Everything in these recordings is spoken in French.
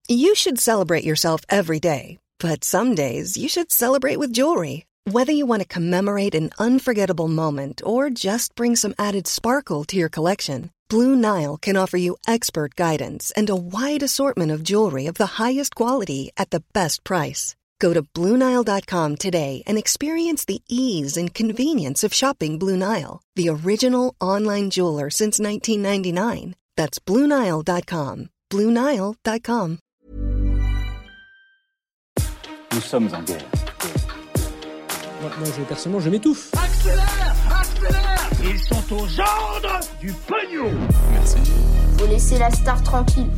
You should celebrate yourself every day, but some days you should celebrate with jewelry. Whether you want to commemorate an unforgettable moment or just bring some added sparkle to your collection, Blue Nile can offer you expert guidance and a wide assortment of jewelry of the highest quality at the best price. Go to BlueNile.com today and experience the ease and convenience of shopping Blue Nile, the original online jeweler since 1999. That's BlueNile.com. BlueNile.com. Nous sommes en guerre. Moi, personnellement, je m'étouffe. Accélère! Accélère! Ils sont aux ordres du pognon! Merci. Faut laisser la star tranquille.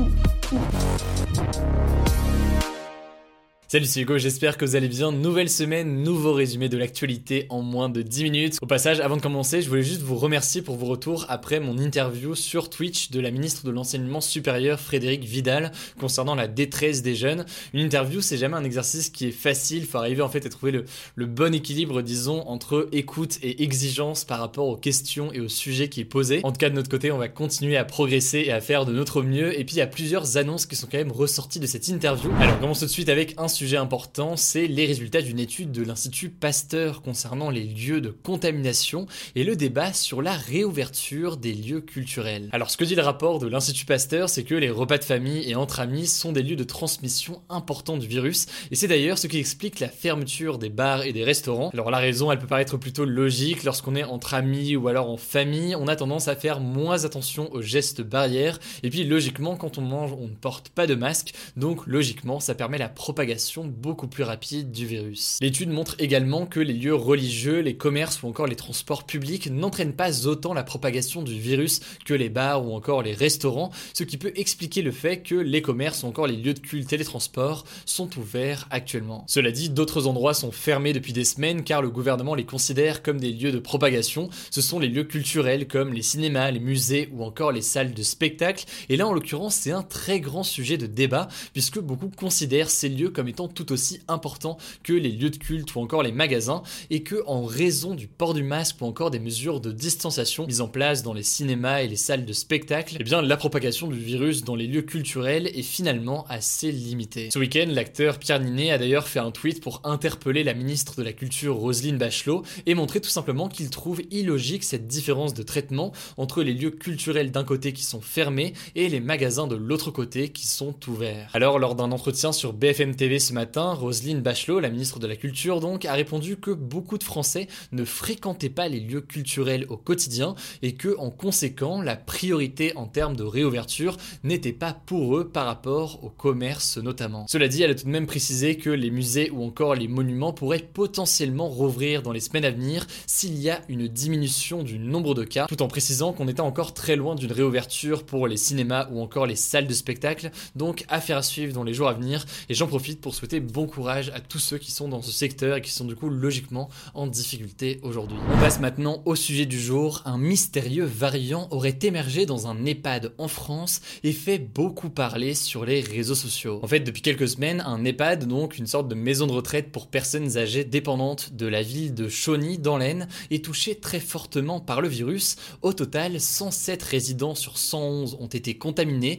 Salut, c'est Hugo, j'espère que vous allez bien. Nouvelle semaine, nouveau résumé de l'actualité en moins de 10 minutes. Au passage, avant de commencer, je voulais juste vous remercier pour vos retours après mon interview sur Twitch de la ministre de l'Enseignement supérieur Frédérique Vidal concernant la détresse des jeunes. Une interview, c'est jamais un exercice qui est facile. Il faut arriver en fait à trouver le bon équilibre, disons, entre écoute et exigence par rapport aux questions et aux sujets qui est posé. En tout cas, de notre côté, on va continuer à progresser et à faire de notre mieux. Et puis, il y a plusieurs annonces qui sont quand même ressorties de cette interview. Alors, on commence tout de suite avec un sujet important, c'est les résultats d'une étude de l'Institut Pasteur concernant les lieux de contamination et le débat sur la réouverture des lieux culturels. Alors ce que dit le rapport de l'Institut Pasteur, c'est que les repas de famille et entre amis sont des lieux de transmission importants du virus et c'est d'ailleurs ce qui explique la fermeture des bars et des restaurants. Alors la raison, elle peut paraître plutôt logique, lorsqu'on est entre amis ou alors en famille, on a tendance à faire moins attention aux gestes barrières et puis logiquement quand on mange, on ne porte pas de masque, donc logiquement ça permet la propagation beaucoup plus rapide du virus. L'étude montre également que les lieux religieux, les commerces ou encore les transports publics n'entraînent pas autant la propagation du virus que les bars ou encore les restaurants, ce qui peut expliquer le fait que les commerces ou encore les lieux de culte et les transports sont ouverts actuellement. Cela dit, d'autres endroits sont fermés depuis des semaines car le gouvernement les considère comme des lieux de propagation. Ce sont les lieux culturels comme les cinémas, les musées ou encore les salles de spectacle. Et là, en l'occurrence, c'est un très grand sujet de débat puisque beaucoup considèrent ces lieux comme étant tout aussi importants que les lieux de culte ou encore les magasins et que en raison du port du masque ou encore des mesures de distanciation mises en place dans les cinémas et les salles de spectacle, eh bien la propagation du virus dans les lieux culturels est finalement assez limitée. Ce week-end, l'acteur Pierre Ninet a d'ailleurs fait un tweet pour interpeller la ministre de la Culture Roselyne Bachelot et montrer tout simplement qu'il trouve illogique cette différence de traitement entre les lieux culturels d'un côté qui sont fermés et les magasins de l'autre côté qui sont ouverts. Alors lors d'un entretien sur BFM TV ce matin, Roselyne Bachelot, la ministre de la Culture donc, a répondu que beaucoup de Français ne fréquentaient pas les lieux culturels au quotidien et que, en conséquent, la priorité en termes de réouverture n'était pas pour eux par rapport au commerce notamment. Cela dit, elle a tout de même précisé que les musées ou encore les monuments pourraient potentiellement rouvrir dans les semaines à venir s'il y a une diminution du nombre de cas, tout en précisant qu'on était encore très loin d'une réouverture pour les cinémas ou encore les salles de spectacle, donc affaire à suivre dans les jours à venir et j'en profite pour souhaiter bon courage à tous ceux qui sont dans ce secteur et qui sont du coup logiquement en difficulté aujourd'hui. On passe maintenant au sujet du jour. Un mystérieux variant aurait émergé dans un EHPAD en France et fait beaucoup parler sur les réseaux sociaux. En fait, depuis quelques semaines, un EHPAD, donc une sorte de maison de retraite pour personnes âgées dépendantes de la ville de Chauny dans l'Aisne, est touché très fortement par le virus. Au total, 107 résidents sur 111 ont été contaminés,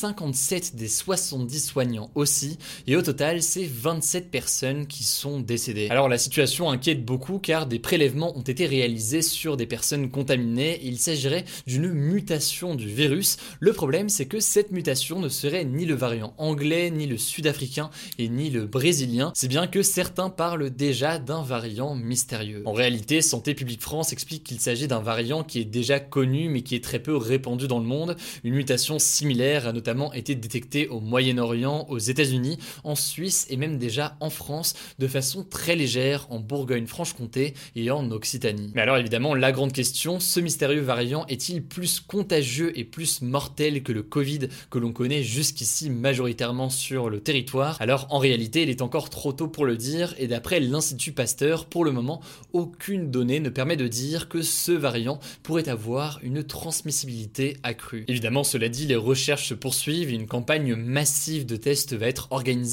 57 des 70 soignants aussi, et au total, c'est 27 personnes qui sont décédées. Alors la situation inquiète beaucoup car des prélèvements ont été réalisés sur des personnes contaminées et il s'agirait d'une mutation du virus. Le problème, c'est que cette mutation ne serait ni le variant anglais, ni le sud-africain et ni le brésilien, si bien que certains parlent déjà d'un variant mystérieux. En réalité, Santé publique France explique qu'il s'agit d'un variant qui est déjà connu mais qui est très peu répandu dans le monde. Une mutation similaire a notamment été détectée au Moyen-Orient, aux États-Unis, en Suisse et même déjà en France de façon très légère en Bourgogne-Franche-Comté et en Occitanie. Mais alors évidemment, la grande question, ce mystérieux variant est-il plus contagieux et plus mortel que le Covid que l'on connaît jusqu'ici majoritairement sur le territoire? Alors en réalité, il est encore trop tôt pour le dire et d'après l'Institut Pasteur, pour le moment, aucune donnée ne permet de dire que ce variant pourrait avoir une transmissibilité accrue. Évidemment, cela dit, les recherches se poursuivent et une campagne massive de tests va être organisée cette semaine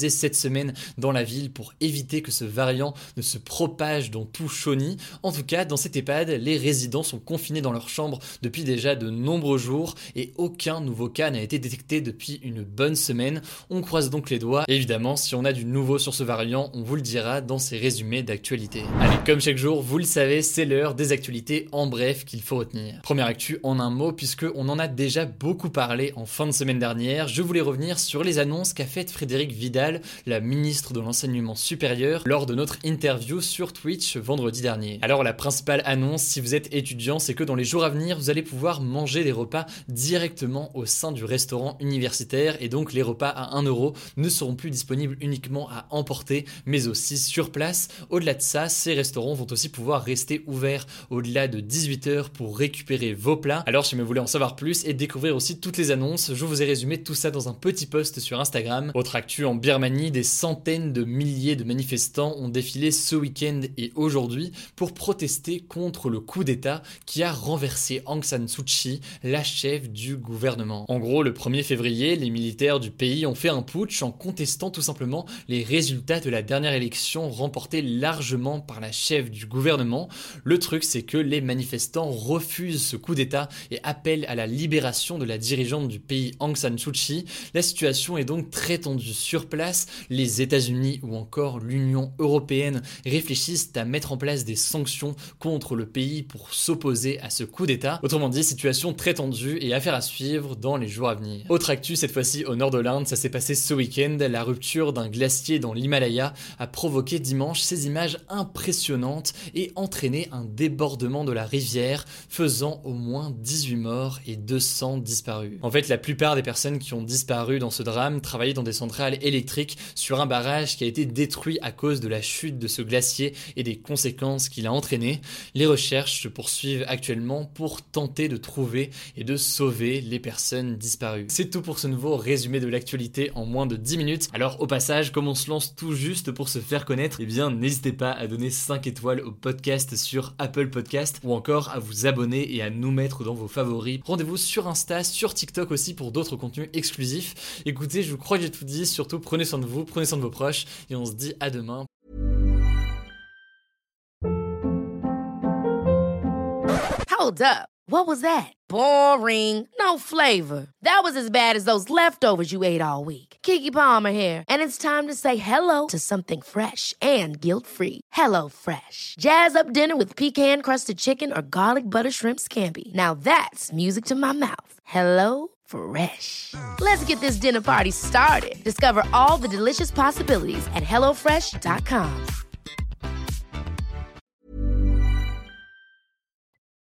semaine dans la ville pour éviter que ce variant ne se propage dans tout Chauny. En tout cas, dans cet EHPAD, les résidents sont confinés dans leur chambre depuis déjà de nombreux jours et aucun nouveau cas n'a été détecté depuis une bonne semaine. On croise donc les doigts. Et évidemment, si on a du nouveau sur ce variant, on vous le dira dans ces résumés d'actualité. Allez, comme chaque jour, vous le savez, c'est l'heure des actualités en bref qu'il faut retenir. Première actu en un mot, puisque on en a déjà beaucoup parlé en fin de semaine dernière. Je voulais revenir sur les annonces qu'a faites Frédérique Vidal, la ministre de l'Enseignement supérieur, lors de notre interview sur Twitch vendredi dernier. Alors la principale annonce, si vous êtes étudiant, c'est que dans les jours à venir, vous allez pouvoir manger des repas directement au sein du restaurant universitaire, et donc les repas à 1 € ne seront plus disponibles uniquement à emporter, mais aussi sur place. Au-delà de ça, ces restaurants vont aussi pouvoir rester ouverts au-delà de 18h pour récupérer vos plats. Alors si vous voulez en savoir plus et découvrir aussi toutes les annonces, je vous ai résumé tout ça dans un petit post sur Instagram. Autre actu en Birmanie, des centaines de milliers de manifestants ont défilé ce week-end et aujourd'hui pour protester contre le coup d'État qui a renversé Aung San Suu Kyi, la chef du gouvernement. En gros, le 1er février, les militaires du pays ont fait un putsch en contestant tout simplement les résultats de la dernière élection remportée largement par la chef du gouvernement. Le truc, c'est que les manifestants refusent ce coup d'État et appellent à la libération de la dirigeante du pays Aung San Suu Kyi. La situation est donc très tendue sur place. Les États-Unis ou encore l'Union européenne réfléchissent à mettre en place des sanctions contre le pays pour s'opposer à ce coup d'État. Autrement dit, situation très tendue et affaire à suivre dans les jours à venir. Autre actu, cette fois-ci au nord de l'Inde, ça s'est passé ce week-end. La rupture d'un glacier dans l'Himalaya a provoqué dimanche ces images impressionnantes et entraîné un débordement de la rivière, faisant au moins 18 morts et 200 disparus. En fait, la plupart des personnes qui ont disparu dans ce drame travaillaient dans des centrales électriques sur un barrage qui a été détruit à cause de la chute de ce glacier et des conséquences qu'il a entraînées. Les recherches se poursuivent actuellement pour tenter de trouver et de sauver les personnes disparues. C'est tout pour ce nouveau résumé de l'actualité en moins de 10 minutes. Alors au passage, comme on se lance tout juste pour se faire connaître, eh bien n'hésitez pas à donner 5 étoiles au podcast sur Apple Podcast ou encore à vous abonner et à nous mettre dans vos favoris. Rendez-vous sur Insta, sur TikTok aussi pour d'autres contenus exclusifs. Écoutez, je crois que j'ai tout dit, surtout prenez soin de vous, prenez soin de vos proches et on se dit à demain. Hold up. What was that? Boring. No flavor. That was as bad as those leftovers you ate all week. Keke Palmer here, and it's time to say hello to something fresh and guilt-free. Hello Fresh. Jazz up dinner with pecan-crusted chicken or garlic butter shrimp scampi. Now that's music to my mouth. Hello Fresh. Let's get this dinner party started. Discover all the delicious possibilities at HelloFresh.com.